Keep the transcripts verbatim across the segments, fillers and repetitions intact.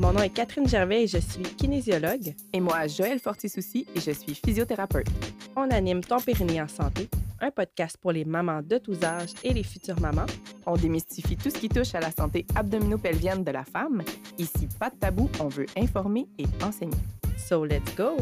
Mon nom est Catherine Gervais et je suis kinésiologue. Et moi, Joëlle Fortisouci et je suis physiothérapeute. On anime Ton Périnée en santé, un podcast pour les mamans de tous âges et les futures mamans. On démystifie tout ce qui touche à la santé abdominopelvienne de la femme. Ici, pas de tabou, on veut informer et enseigner. So let's go!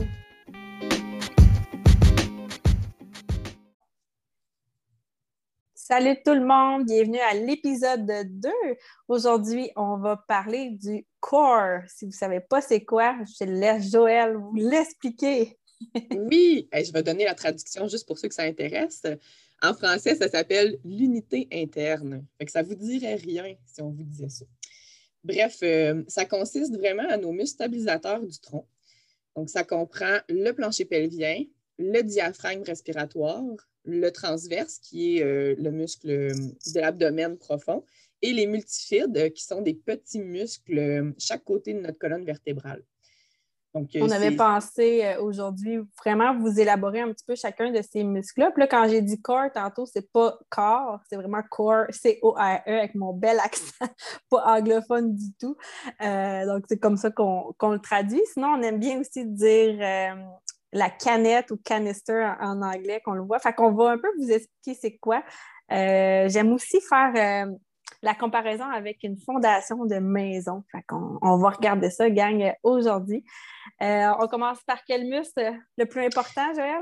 Salut tout le monde, bienvenue à l'épisode deux. Aujourd'hui, on va parler du core. Si vous ne savez pas c'est quoi, je laisse Joëlle vous l'expliquer. Oui, je vais donner la traduction juste pour ceux que ça intéresse. En français, ça s'appelle l'unité interne. Fait que ça ne vous dirait rien si on vous disait ça. Bref, euh, ça consiste vraiment à nos muscles stabilisateurs du tronc. Donc, ça comprend le plancher pelvien, le diaphragme respiratoire, le transverse, qui est euh, le muscle de l'abdomen profond, et les multifides, euh, qui sont des petits muscles euh, chaque côté de notre colonne vertébrale. Donc, euh, On avait pensé euh, aujourd'hui vraiment vous élaborer un petit peu chacun de ces muscles-là. Puis là, quand j'ai dit corps tantôt, c'est pas corps, c'est vraiment core, C O R E, avec mon bel accent, pas anglophone du tout. Euh, donc, c'est comme ça qu'on, qu'on le traduit. Sinon, on aime bien aussi dire euh, la canette ou canister en, en anglais, qu'on le voit. Fait qu'on va un peu vous expliquer c'est quoi. Euh, j'aime aussi faire... Euh, la comparaison avec une fondation de maison. Fait qu'on, on va regarder ça, gang, aujourd'hui. Euh, on commence par quel muscle le plus important, Joëlle?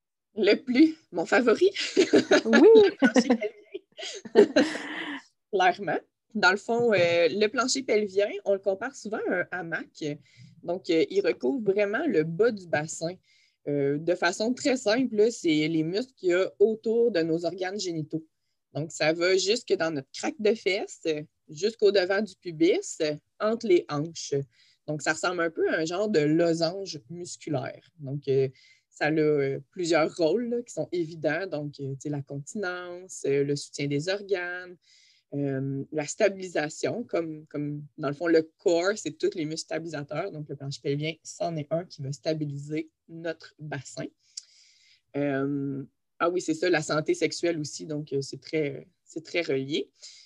Le plus, mon favori. Oui! Le plancher pelvien. Clairement. Dans le fond, euh, le plancher pelvien, on le compare souvent à un hamac. Donc, euh, il recouvre vraiment le bas du bassin. Euh, de façon très simple, là, c'est les muscles qu'il y a autour de nos organes génitaux. Donc, ça va jusque dans notre craque de fesses, jusqu'au devant du pubis, entre les hanches. Donc, ça ressemble un peu à un genre de losange musculaire. Donc, euh, ça a euh, plusieurs rôles là, qui sont évidents. Donc, euh, la continence, euh, le soutien des organes, euh, la stabilisation, comme, comme dans le fond, le corps, c'est tous les muscles stabilisateurs. Donc, le plancher pelvien, c'en est un qui va stabiliser notre bassin. Euh, Ah oui, c'est ça, la santé sexuelle aussi, donc euh, c'est très, c'est très relié.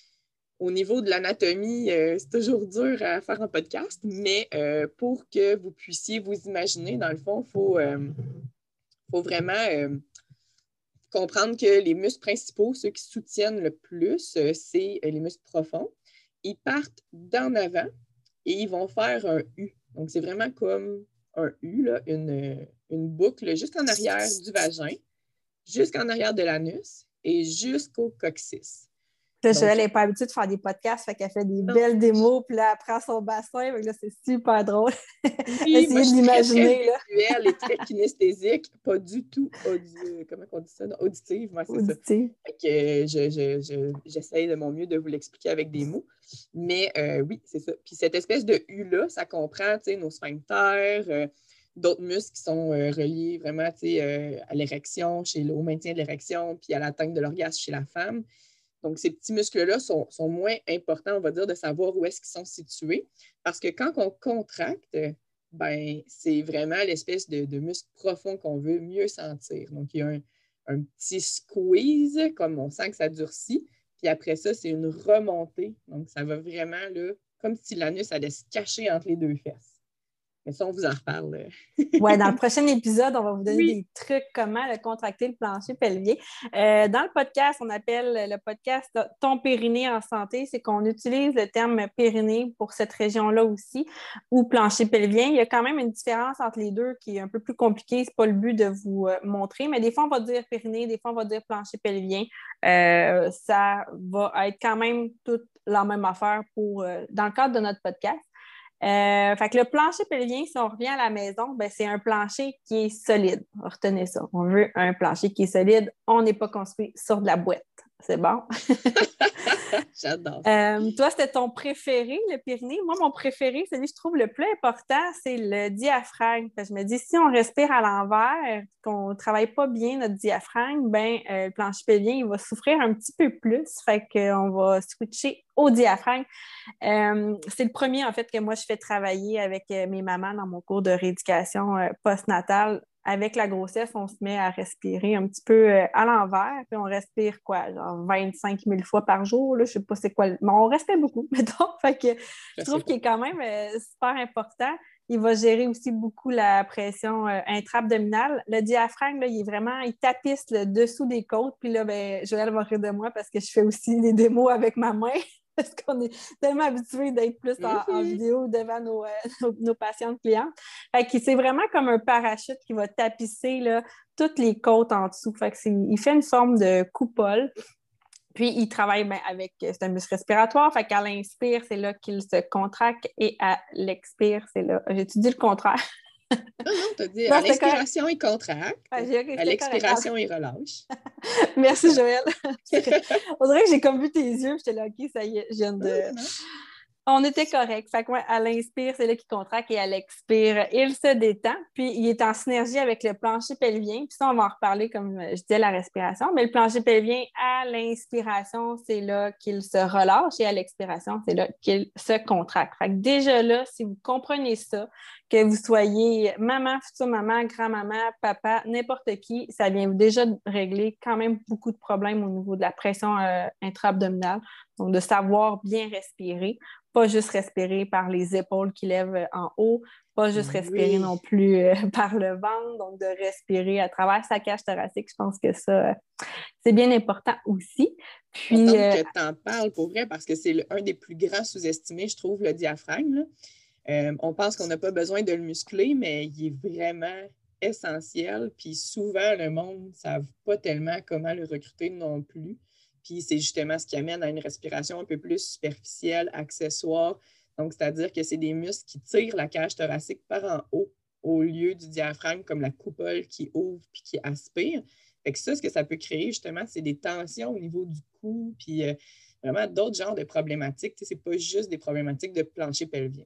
Au niveau de l'anatomie, euh, c'est toujours dur à faire en podcast, mais euh, pour que vous puissiez vous imaginer, dans le fond, il faut, euh, faut vraiment euh, comprendre que les muscles principaux, ceux qui soutiennent le plus, euh, c'est les muscles profonds. Ils partent d'en avant et ils vont faire un U. Donc, c'est vraiment comme un U, là, une, une boucle jusqu'en arrière du vagin, jusqu'en arrière de l'anus et jusqu'au coccyx. Là, Joëlle n'est pas habituée de faire des podcasts, fait qu'elle fait des non. belles démos, puis là, elle prend son bassin, donc là, c'est super drôle. Oui, Essayez moi, de l'imaginer. Très, très visuelle et très kinesthésique, pas du tout audi... comment on dit ça? Non, auditive, moi, c'est Auditive. ça. Fait que je, je, je, j'essaye de mon mieux de vous l'expliquer avec des mots. Mais euh, oui, c'est ça. Puis cette espèce de U-là, ça comprend, tu sais, nos sphincters, euh, d'autres muscles qui sont euh, reliés vraiment euh, à l'érection, chez le, au maintien de l'érection, puis à l'atteinte de l'orgasme chez la femme. Donc, ces petits muscles-là sont, sont moins importants, on va dire, de savoir où est-ce qu'ils sont situés. Parce que quand on contracte, ben, c'est vraiment l'espèce de, de muscle profond qu'on veut mieux sentir. Donc, il y a un, un petit squeeze, comme on sent que ça durcit. Puis après ça, c'est une remontée. Donc, ça va vraiment, là, comme si l'anus allait se cacher entre les deux fesses. Mais ça, on vous en reparle. Oui, dans le prochain épisode, on va vous donner oui. des trucs comment le contracter le plancher pelvien. Euh, dans le podcast, on appelle le podcast « Ton périnée en santé ». C'est qu'on utilise le terme périnée pour cette région-là aussi, ou plancher pelvien. Il y a quand même une différence entre les deux qui est un peu plus compliquée. Ce n'est pas le but de vous euh, montrer, mais des fois, on va dire périnée, des fois, on va dire plancher pelvien. Euh, ça va être quand même toute la même affaire pour, euh, dans le cadre de notre podcast. Euh, fait que le plancher pelvien, si on revient à la maison, ben, c'est un plancher qui est solide. Retenez ça. On veut un plancher qui est solide. On n'est pas construit sur de la boîte. C'est bon? J'adore. Euh, toi, c'était ton préféré, le périnée. Moi, mon préféré, celui que je trouve le plus important, c'est le diaphragme. Fait que je me dis, si on respire à l'envers, qu'on ne travaille pas bien notre diaphragme, ben, euh, le plancher pelvien, il va souffrir un petit peu plus. Fait qu'on va switcher au diaphragme. Euh, c'est le premier, en fait, que moi, je fais travailler avec euh, mes mamans dans mon cours de rééducation euh, postnatale avec la grossesse, on se met à respirer un petit peu euh, à l'envers, puis on respire quoi, genre vingt-cinq mille fois par jour, là, je sais pas c'est quoi, mais on respire beaucoup, mettons, fait que je trouve qu'il est quand même euh, super important. Il va gérer aussi beaucoup la pression euh, intra-abdominale. Le diaphragme, là, il est vraiment, il tapisse le dessous des côtes, puis là, ben, Joël va rire de moi parce que je fais aussi des démos avec ma main. Parce qu'on est tellement habitué d'être plus en, en vidéo devant nos, euh, nos, nos patientes clientes. Fait que c'est vraiment comme un parachute qui va tapisser là, toutes les côtes en dessous. Fait que c'est, il fait une forme de coupole. Puis, il travaille ben, avec, c'est un muscle respiratoire. Fait qu'à l'inspire, c'est là qu'il se contracte et à l'expire, c'est là. J'ai-tu dit le contraire? Non, non, tu as dit non, à l'inspiration, il contracte. Ah, okay, à l'expiration, correct. Il relâche. Merci, Joël. On dirait que j'ai comme vu tes yeux, j'étais là, OK, ça y est, je viens de... Non, non. On était correct. Fait que ouais, à l'inspire, c'est là qu'il contracte et à l'expire, il se détend. Puis, il est en synergie avec le plancher pelvien. Puis ça, on va en reparler, comme je disais, la respiration. Mais le plancher pelvien, à l'inspiration, c'est là qu'il se relâche et à l'expiration, c'est là qu'il se contracte. Fait que déjà là, si vous comprenez ça, que vous soyez maman, future maman, grand-maman, papa, n'importe qui, ça vient déjà régler quand même beaucoup de problèmes au niveau de la pression euh, intra-abdominale. Donc, de savoir bien respirer. Pas juste respirer par les épaules qui lèvent en haut, pas juste respirer oui. non plus euh, par le ventre, donc de respirer à travers sa cage thoracique. Je pense que ça, euh, c'est bien important aussi. Puis, euh... que tu en parles pour vrai, parce que c'est le, un des plus grands sous-estimés, je trouve, le diaphragme. Euh, on pense qu'on n'a pas besoin de le muscler, mais il est vraiment essentiel. Puis souvent, le monde ne savent pas tellement comment le recruter non plus. Puis c'est justement ce qui amène à une respiration un peu plus superficielle, accessoire. Donc, c'est-à-dire que c'est des muscles qui tirent la cage thoracique par en haut au lieu du diaphragme, comme la coupole qui ouvre puis qui aspire. Fait que ça, ce que ça peut créer, justement, c'est des tensions au niveau du cou, puis euh, vraiment d'autres genres de problématiques. Tu sais, c'est pas juste des problématiques de plancher pelvien.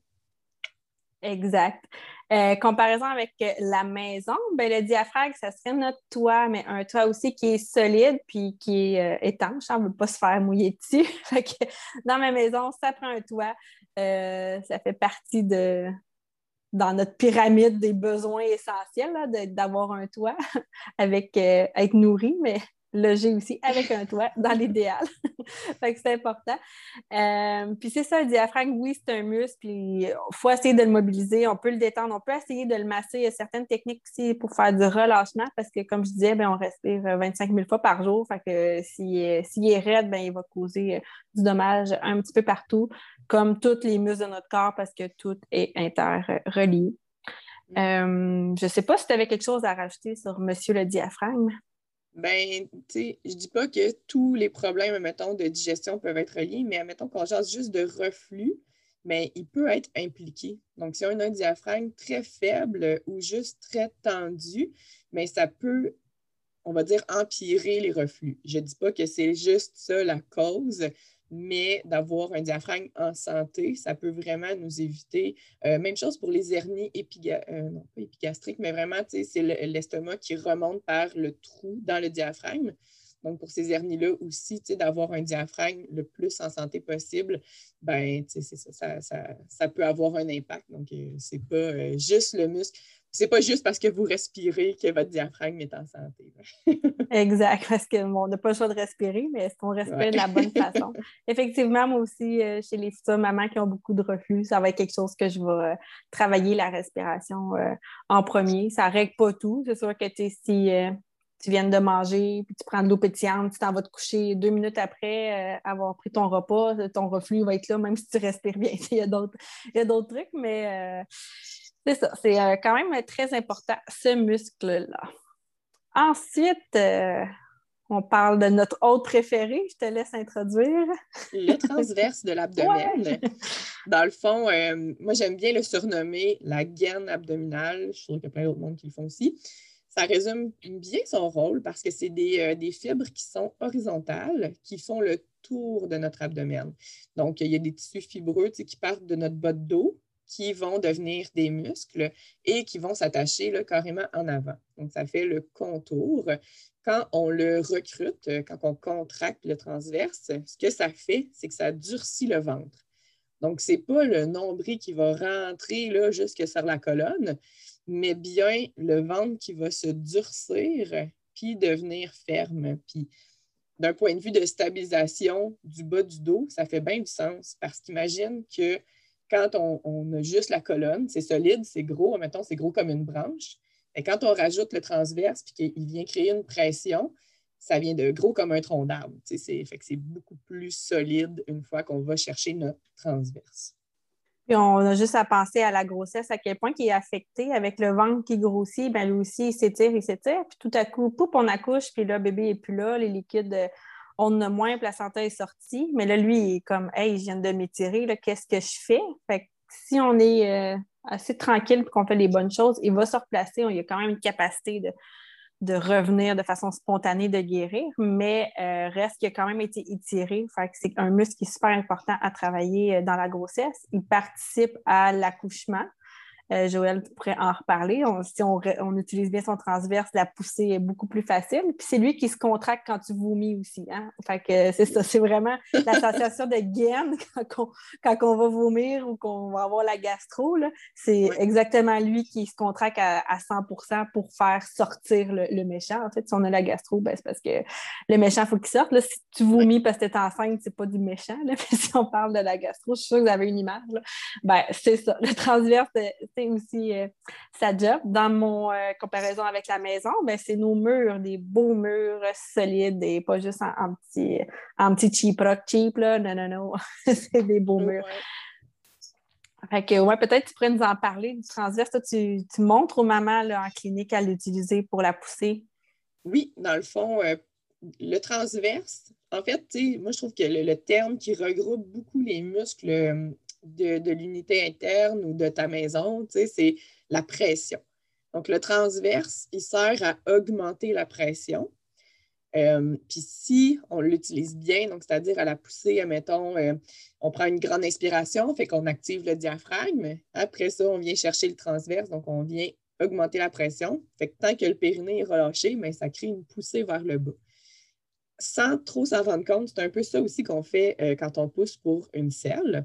Exact. Euh, comparaison avec la maison, ben, le diaphragme, ça serait notre toit, mais un toit aussi qui est solide puis qui est euh, étanche. On ne veut pas se faire mouiller dessus. Fait que dans ma maison, ça prend un toit. Euh, ça fait partie de dans notre pyramide des besoins essentiels là, de, d'avoir un toit avec euh, être nourri, mais loger aussi avec un toit, dans l'idéal. Fait que c'est important. Euh, puis c'est ça, le diaphragme, oui, c'est un muscle, puis il faut essayer de le mobiliser, on peut le détendre, on peut essayer de le masser. Il y a certaines techniques aussi pour faire du relâchement, parce que, comme je disais, bien, on respire vingt-cinq mille fois par jour. Fait que s'il, s'il est raide, bien, il va causer du dommage un petit peu partout, comme tous les muscles de notre corps, parce que tout est interrelié. Euh, je ne sais pas si tu avais quelque chose à rajouter sur Monsieur le diaphragme. Ben, tu sais, je dis pas que tous les problèmes, mettons, de digestion peuvent être liés, mais admettons qu'on jase juste de reflux, mais il peut être impliqué. Donc, si on a un diaphragme très faible ou juste très tendu, mais ça peut, on va dire, empirer les reflux. Je dis pas que c'est juste ça la cause, mais d'avoir un diaphragme en santé, ça peut vraiment nous éviter. Euh, même chose pour les hernies épiga- euh, non, pas épigastriques, mais vraiment, c'est le, l'estomac qui remonte par le trou dans le diaphragme. Donc, pour ces hernies-là aussi, d'avoir un diaphragme le plus en santé possible, ben, c'est ça, ça, ça, ça peut avoir un impact. Donc, euh, c'est pas euh, juste le muscle. C'est pas juste parce que vous respirez que votre diaphragme est en santé. Exact, parce qu'on n'a pas le choix de respirer, mais est-ce qu'on respire ouais. de la bonne façon? Effectivement, moi aussi, euh, chez les futures mamans qui ont beaucoup de reflux, ça va être quelque chose que je vais euh, travailler la respiration euh, en premier. Ça ne règle pas tout. C'est sûr que si euh, tu viens de manger, puis tu prends de l'eau pétillante, tu t'en vas te coucher deux minutes après euh, avoir pris ton repas, ton reflux va être là, même si tu respires bien. Il y a d'autres, il y a d'autres trucs, mais... Euh, c'est ça, c'est euh, quand même très important, ce muscle-là. Ensuite, euh, on parle de notre autre préféré. Je te laisse introduire. Le transverse de l'abdomen. Ouais. Dans le fond, euh, moi, j'aime bien le surnommer la gaine abdominale. Je trouve qu'il y a plein d'autres mondes qui le font aussi. Ça résume bien son rôle parce que c'est des, euh, des fibres qui sont horizontales, qui font le tour de notre abdomen. Donc, il y a des tissus fibreux qui partent de notre bas de dos, qui vont devenir des muscles et qui vont s'attacher là, carrément en avant. Donc, ça fait le contour. Quand on le recrute, quand on contracte le transverse, ce que ça fait, c'est que ça durcit le ventre. Donc, ce n'est pas le nombril qui va rentrer là, jusque sur la colonne, mais bien le ventre qui va se durcir puis devenir ferme. Puis d'un point de vue de stabilisation du bas du dos, ça fait bien du sens parce qu'imagine que quand on, on a juste la colonne, c'est solide, c'est gros, mettons, c'est gros comme une branche. Et quand on rajoute le transverse puis qu'il vient créer une pression, ça vient de gros comme un tronc d'arbre. C'est, fait que c'est beaucoup plus solide une fois qu'on va chercher notre transverse. Puis on a juste à penser à la grossesse, à quel point il est affecté avec le ventre qui grossit, bien lui aussi, il s'étire, il s'étire, puis tout à coup, poup, on accouche, puis là, le bébé n'est plus là, les liquides, euh, on en a moins, le placenta est sorti, mais là, lui, il est comme, hey, je viens de m'étirer, là, qu'est-ce que je fais? Fait que si on est euh, assez tranquille et qu'on fait les bonnes choses, il va se replacer, il y a quand même une capacité de de revenir de façon spontanée, de guérir, mais euh, reste qu'il a quand même été étiré. Fait que c'est un muscle qui est super important à travailler dans la grossesse. Il participe à l'accouchement. Euh, Joël pourrait en reparler. On, si on, on utilise bien son transverse, la poussée est beaucoup plus facile. Puis c'est lui qui se contracte quand tu vomis aussi. Hein? Fait que c'est ça, c'est vraiment l'association de gaine quand on, quand on va vomir ou qu'on va avoir la gastro. Là, c'est oui. exactement lui qui se contracte à, à cent pour cent pour faire sortir le, le méchant. En fait, si on a la gastro, ben, c'est parce que le méchant, il faut qu'il sorte. Là, si tu vomis oui. parce que tu es enceinte, c'est pas du méchant. Là. Mais si on parle de la gastro, je suis sûre que vous avez une image. Là. Ben, c'est ça. Le transverse, c'est aussi euh, sa job. Dans mon euh, comparaison avec la maison, ben, c'est nos murs, des beaux murs solides et pas juste en, en petit, en petit cheap rock cheap, là. Non, non, non. C'est des beaux murs. Ouais. Fait que, ouais, peut-être tu pourrais nous en parler du transverse. Toi, tu, tu montres aux mamans là, en clinique à l'utiliser pour la pousser. Oui, dans le fond, euh, le transverse, en fait, moi, je trouve que le, le terme qui regroupe beaucoup les muscles euh, de, de l'unité interne ou de ta maison, c'est la pression. Donc, le transverse, il sert à augmenter la pression. Euh, Puis si on l'utilise bien, donc c'est-à-dire à la poussée, admettons, euh, on prend une grande inspiration, fait qu'on active le diaphragme. Après ça, on vient chercher le transverse, donc on vient augmenter la pression. Fait que tant que le périnée est relâché, mais ça crée une poussée vers le bas. Sans trop s'en rendre compte, c'est un peu ça aussi qu'on fait euh, quand on pousse pour une selle.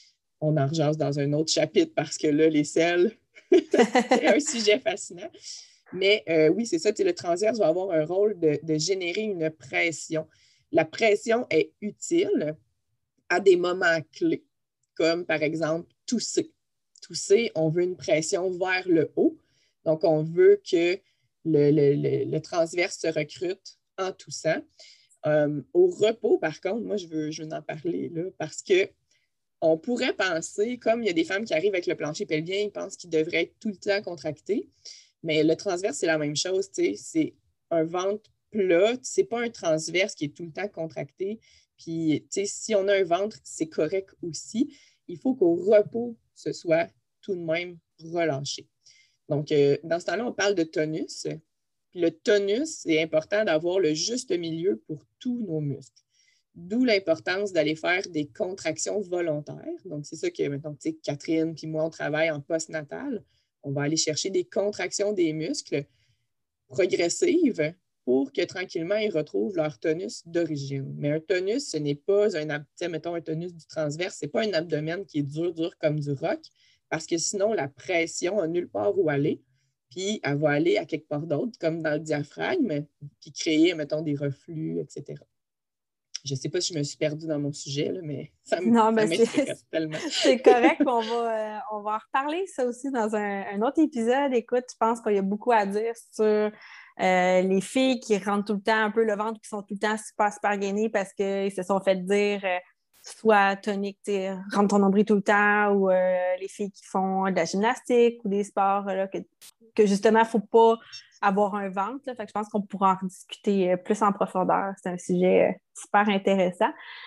On en rejase dans un autre chapitre parce que là, les selles, c'est un sujet fascinant. Mais euh, oui, c'est ça, le transverse va avoir un rôle de, de générer une pression. La pression est utile à des moments clés, comme par exemple tousser. Tousser, on veut une pression vers le haut. Donc, on veut que le, le, le, le transverse se recrute en toussant. Euh, au repos, par contre, moi, je veux, je veux en parler là, parce que on pourrait penser, comme il y a des femmes qui arrivent avec le plancher pelvien, ils pensent qu'ils devraient être tout le temps contractés. Mais le transverse, c'est la même chose. C'est un ventre plat. C'est pas un transverse qui est tout le temps contracté. Puis, si on a un ventre, c'est correct aussi. Il faut qu'au repos, ce soit tout de même relâché. Donc, euh, dans ce temps-là, on parle de tonus. Puis le tonus, c'est important d'avoir le juste milieu pour tous nos muscles. D'où l'importance d'aller faire des contractions volontaires. Donc, c'est ça que, maintenant, tu sais, Catherine puis moi, on travaille en postnatal. On va aller chercher des contractions des muscles progressives pour que tranquillement, ils retrouvent leur tonus d'origine. Mais un tonus, ce n'est pas un, abdomen, mettons un tonus du transverse, ce n'est pas un abdomen qui est dur, dur comme du roc, parce que sinon, la pression n'a nulle part où aller, puis elle va aller à quelque part d'autre, comme dans le diaphragme, puis créer, mettons, des reflux, et cetera. Je ne sais pas si je me suis perdue dans mon sujet, là, mais ça m'intéresse tellement. C'est correct, on va, euh, on va en reparler ça aussi dans un, un autre épisode. Écoute, je pense qu'il y a beaucoup à dire sur euh, les filles qui rentrent tout le temps un peu le ventre, qui sont tout le temps super, super gainées parce qu'ils se sont fait dire euh, soit tonique, rentre ton nombril tout le temps, ou euh, les filles qui font de la gymnastique ou des sports là, que, que justement, il ne faut pas avoir un ventre. Là. Fait que je pense qu'on pourra en discuter plus en profondeur. C'est un sujet euh, super intéressant.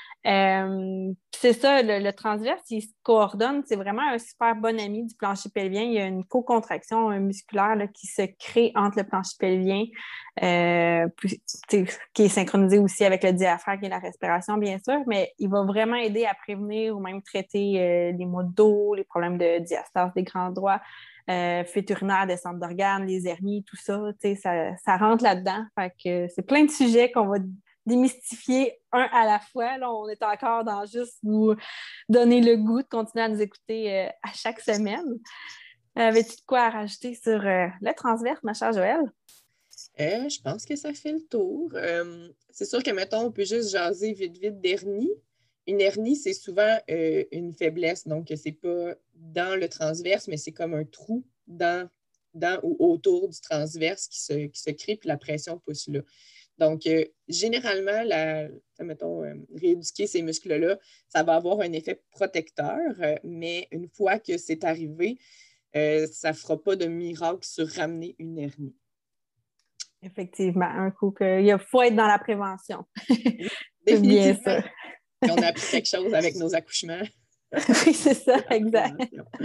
Euh, c'est ça, le, le transverse, il se coordonne. C'est vraiment un super bon ami du plancher pelvien. Il y a une co-contraction musculaire là, qui se crée entre le plancher pelvien, euh, puis, qui est synchronisé aussi avec le diaphragme et la respiration, bien sûr, mais il va vraiment aider à prévenir ou même traiter euh, les maux de dos, les problèmes de diastase des grands droits. Euh, fuite urinaire, descente d'organes, les hernies, tout ça, ça, ça rentre là-dedans. Fait que c'est plein de sujets qu'on va démystifier un à la fois. Là, on est encore dans juste vous donner le goût de continuer à nous écouter euh, à chaque semaine. Avais-tu de quoi à rajouter sur euh, le transverse, ma chère Joëlle? Euh, je pense que ça fait le tour. Euh, c'est sûr que, mettons, on peut juste jaser vite, vite d'hernie. Une hernie, c'est souvent euh, une faiblesse, donc c'est pas dans le transverse, mais c'est comme un trou dans, dans ou autour du transverse qui se, qui se crée, puis la pression pousse là. Donc, euh, généralement, la, mettons, euh, rééduquer ces muscles-là, ça va avoir un effet protecteur, euh, mais une fois que c'est arrivé, euh, ça ne fera pas de miracle sur ramener une hernie. Effectivement, un coup qu'il faut être dans la prévention. Oui, c'est bien définitivement. ça. Puis on a appris quelque chose avec nos accouchements. Oui, c'est ça, exact.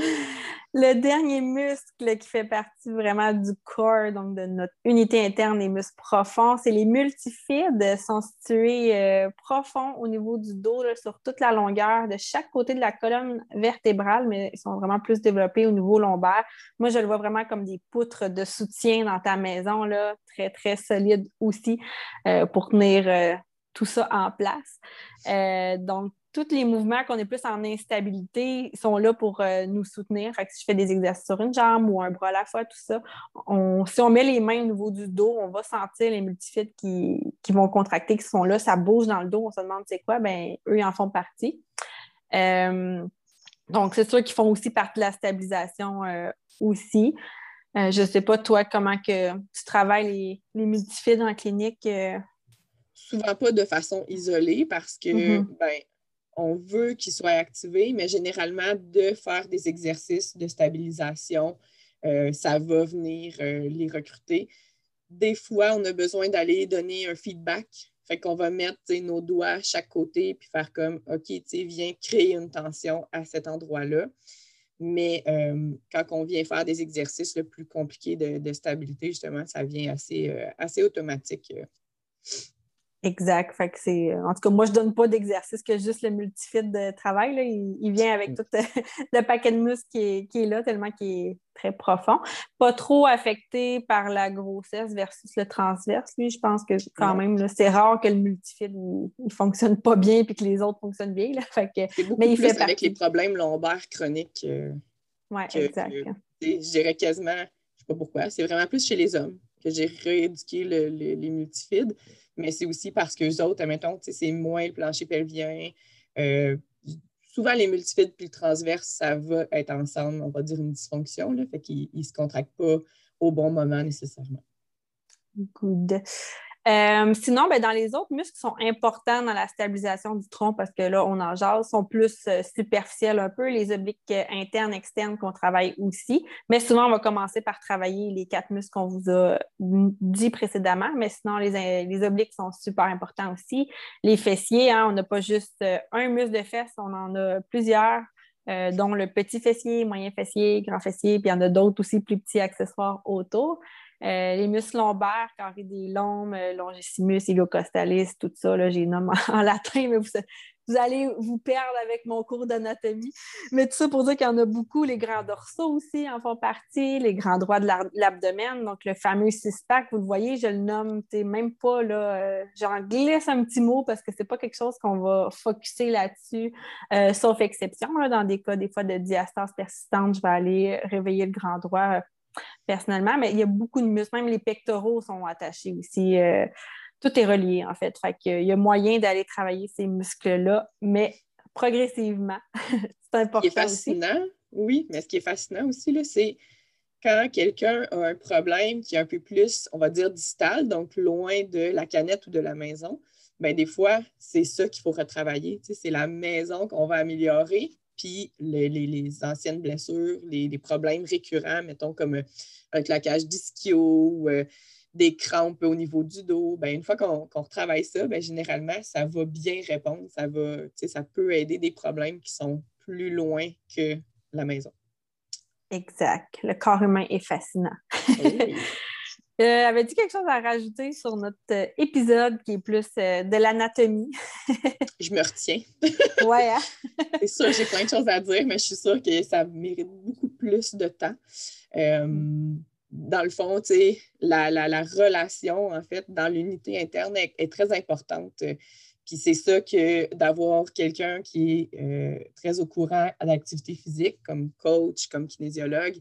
Le dernier muscle qui fait partie vraiment du corps, donc de notre unité interne, les muscles profonds, c'est les multifides. Ils sont situés euh, profonds au niveau du dos, là, sur toute la longueur de chaque côté de la colonne vertébrale, mais ils sont vraiment plus développés au niveau lombaire. Moi, je le vois vraiment comme des poutres de soutien dans ta maison, là, très, très solides aussi, euh, pour tenir euh, tout ça en place. Euh, donc, tous les mouvements qu'on est plus en instabilité sont là pour euh, nous soutenir. Fait que si je fais des exercices sur une jambe ou un bras à la fois, tout ça, on, si on met les mains au niveau du dos, on va sentir les multifides qui, qui vont contracter, qui sont là, ça bouge dans le dos, on se demande c'est quoi, ben eux, ils en font partie. Euh, donc, c'est sûr qu'ils font aussi partie de la stabilisation euh, aussi. Euh, je ne sais pas, toi, comment que tu travailles les, les multifides en clinique. Euh... Souvent pas de façon isolée parce que, mm-hmm. ben, on veut qu'ils soient activés, mais généralement, de faire des exercices de stabilisation, euh, ça va venir euh, les recruter. Des fois, on a besoin d'aller donner un feedback. Fait qu'on va mettre nos doigts à chaque côté puis faire comme, OK, viens créer une tension à cet endroit-là. Mais euh, quand on vient faire des exercices le plus compliqués de, de stabilité, justement, ça vient assez, euh, assez automatique. Exact. Fait que c'est... En tout cas, moi, je ne donne pas d'exercice que juste le multifide de travail. Là. Il, il vient avec tout le paquet de muscles qui est, qui est là, tellement qu'il est très profond. Pas trop affecté par la grossesse versus le transverse. Lui, je pense que quand même, là, c'est rare que le multifide ne fonctionne pas bien et que les autres fonctionnent bien. Là. Fait que, c'est beaucoup mais il plus fait avec partie. les problèmes lombaires chroniques. Euh, oui, que, exact. Que, je dirais quasiment, je ne sais pas pourquoi, c'est vraiment plus chez les hommes que j'ai rééduqué le, le, les multifides, mais c'est aussi parce qu'eux autres, admettons, c'est moins le plancher pelvien. Euh, souvent, les multifides puis le transverse, ça va être ensemble, on va dire une dysfonction, là, fait qu'ils ne se contractent pas au bon moment nécessairement. Good. Euh, sinon, ben, dans les autres muscles qui sont importants dans la stabilisation du tronc, parce que là, on en jase, sont plus euh, superficiels un peu, les obliques euh, internes, externes qu'on travaille aussi. Mais souvent, on va commencer par travailler les quatre muscles qu'on vous a dit précédemment, mais sinon, les, les obliques sont super importants aussi. Les fessiers, hein, on n'a pas juste euh, un muscle de fesse, on en a plusieurs. Euh, dont le petit fessier, moyen fessier, grand fessier, puis il y en a d'autres aussi plus petits accessoires autour. Euh, les muscles lombaires, carré des lombes, euh, longissimus, iliocostalis, tout ça, là, j'ai nommé en latin, mais vous, vous allez vous perdre avec mon cours d'anatomie. Mais tout ça pour dire qu'il y en a beaucoup. Les grands dorsaux aussi en font partie, les grands droits de l'abdomen, donc le fameux six-pack, vous le voyez, je le nomme, même pas, là, euh, j'en glisse un petit mot parce que c'est pas quelque chose qu'on va focusser là-dessus, euh, sauf exception, là, dans des cas, des fois, de diastase persistante, je vais aller réveiller le grand droit euh, personnellement, mais il y a beaucoup de muscles, même les pectoraux sont attachés aussi. Euh, tout est relié, en fait. Fait qu'il y a moyen d'aller travailler ces muscles-là, mais progressivement. C'est important aussi. Ce qui est fascinant, aussi. Oui, mais ce qui est fascinant aussi, là, c'est quand quelqu'un a un problème qui est un peu plus, on va dire, distal, donc loin de la canette ou de la maison, bien, des fois, c'est ça qu'il faut retravailler. Tu sais, c'est la maison qu'on va améliorer, puis les, les, les anciennes blessures, les, les problèmes récurrents, mettons, comme euh, un claquage d'ischio ou euh, des crampes au niveau du dos, bien, une fois qu'on, qu'on retravaille ça, bien, généralement, ça va bien répondre. Ça va, tu sais, ça peut aider des problèmes qui sont plus loin que la maison. Exact. Le corps humain est fascinant. Oui. euh, avais-tu quelque chose à rajouter sur notre euh, épisode qui est plus euh, de l'anatomie? Je me retiens. Ouais, hein? C'est sûr, j'ai plein de choses à dire, mais je suis sûre que ça mérite beaucoup plus de temps. Euh, mm. Dans le fond, tu sais, la, la, la relation, en fait, dans l'unité interne est, est très importante. Puis c'est ça que d'avoir quelqu'un qui est euh, très au courant à l'activité physique, comme coach, comme kinésiologue,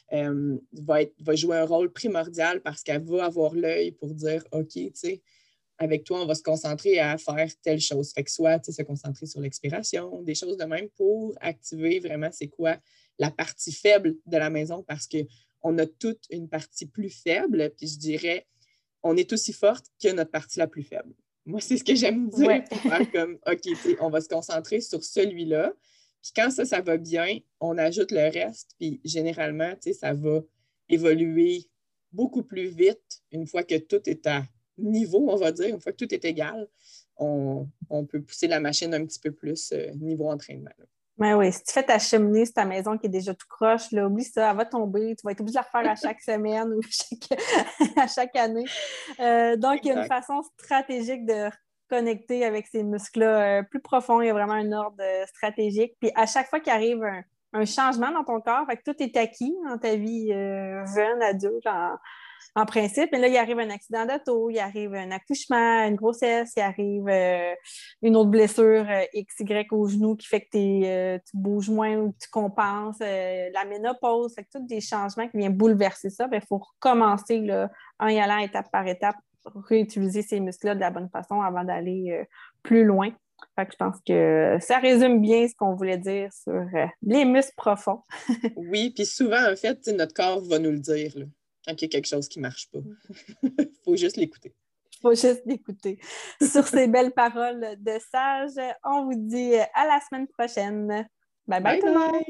euh, va, être, va jouer un rôle primordial parce qu'elle va avoir l'œil pour dire « OK, tu sais, avec toi, on va se concentrer à faire telle chose. » Fait que soit se concentrer sur l'expiration, des choses de même pour activer vraiment c'est quoi la partie faible de la maison parce qu'on a toute une partie plus faible, puis je dirais, on est aussi forte que notre partie la plus faible. Moi, c'est ce que j'aime dire Ouais. pour faire comme, OK, on va se concentrer sur celui-là. Puis quand ça, ça va bien, on ajoute le reste, puis généralement, ça va évoluer beaucoup plus vite une fois que tout est à niveau, on va dire, une fois que tout est égal, on, on peut pousser la machine un petit peu plus euh, niveau entraînement. Là. Ben oui, si tu fais ta cheminée sur ta maison qui est déjà tout croche, là, oublie ça, elle va tomber. Tu vas être obligé de la refaire à chaque semaine ou chaque, à chaque année. Euh, donc, exact. Il y a une façon stratégique de connecter avec ces muscles-là euh, plus profonds. Il y a vraiment un ordre euh, stratégique. Puis à chaque fois qu'il arrive un, un changement dans ton corps, fait que tout est acquis dans ta vie euh, jeune, adulte, en, en principe. Mais là, il arrive un accident d'auto, il arrive un accouchement, une grossesse, il arrive euh, une autre blessure euh, X Y au genou qui fait que euh, tu bouges moins ou que tu compenses, euh, la ménopause, fait que tous des changements qui viennent bouleverser ça. Il faut recommencer là, en y allant étape par étape, réutiliser ces muscles-là de la bonne façon avant d'aller euh, plus loin. Fait que je pense que ça résume bien ce qu'on voulait dire sur euh, les muscles profonds. Oui, puis souvent, en fait, notre corps va nous le dire là, quand il y a quelque chose qui ne marche pas. Il faut juste l'écouter. Il faut juste l'écouter. Sur ces belles paroles de sage, on vous dit à la semaine prochaine. Bye bye, bye tout le monde!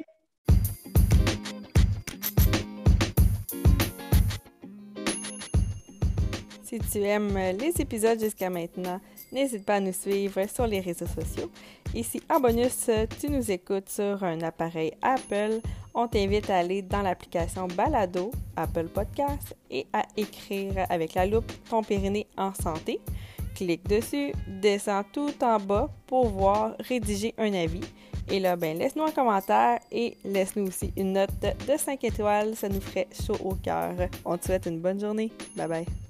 Si tu aimes les épisodes jusqu'à maintenant, n'hésite pas à nous suivre sur les réseaux sociaux. Et si en bonus, tu nous écoutes sur un appareil Apple, on t'invite à aller dans l'application Balado, Apple Podcast, et à écrire avec la loupe « Ton périnée en santé ». Clique dessus, descends tout en bas pour voir rédiger un avis. Et là, ben, laisse-nous un commentaire et laisse-nous aussi une note de cinq étoiles. Ça nous ferait chaud au cœur. On te souhaite une bonne journée. Bye bye.